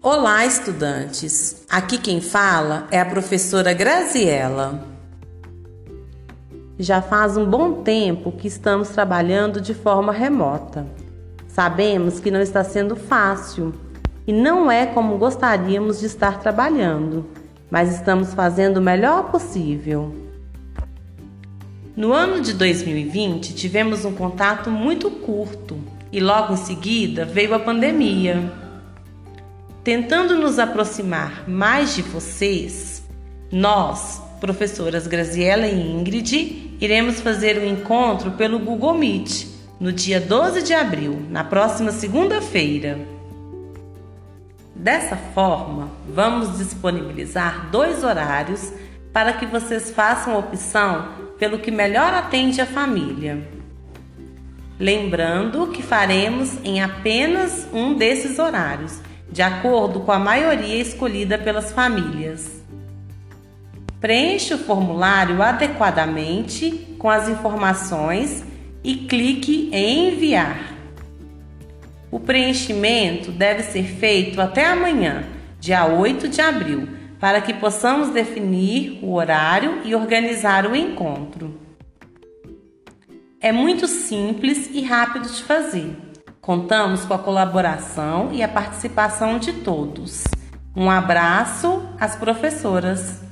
Olá, estudantes! Aqui quem fala é a professora Graziela. Já faz um bom tempo que estamos trabalhando de forma remota. Sabemos que não está sendo fácil e não é como gostaríamos de estar trabalhando, mas estamos fazendo o melhor possível. No ano de 2020, tivemos um contato muito curto e logo em seguida veio a pandemia. Tentando nos aproximar mais de vocês, nós, professoras Graziela e Ingrid, iremos fazer um encontro pelo Google Meet no dia 12 de abril, na próxima segunda-feira. Dessa forma, vamos disponibilizar 2 horários para que vocês façam a opção pelo que melhor atende a família. Lembrando que faremos em apenas um desses horários, de acordo com a maioria escolhida pelas famílias. Preencha o formulário adequadamente com as informações e clique em enviar. O preenchimento deve ser feito até amanhã, dia 8 de abril, para que possamos definir o horário e organizar o encontro. É muito simples e rápido de fazer. Contamos com a colaboração e a participação de todos. Um abraço às professoras.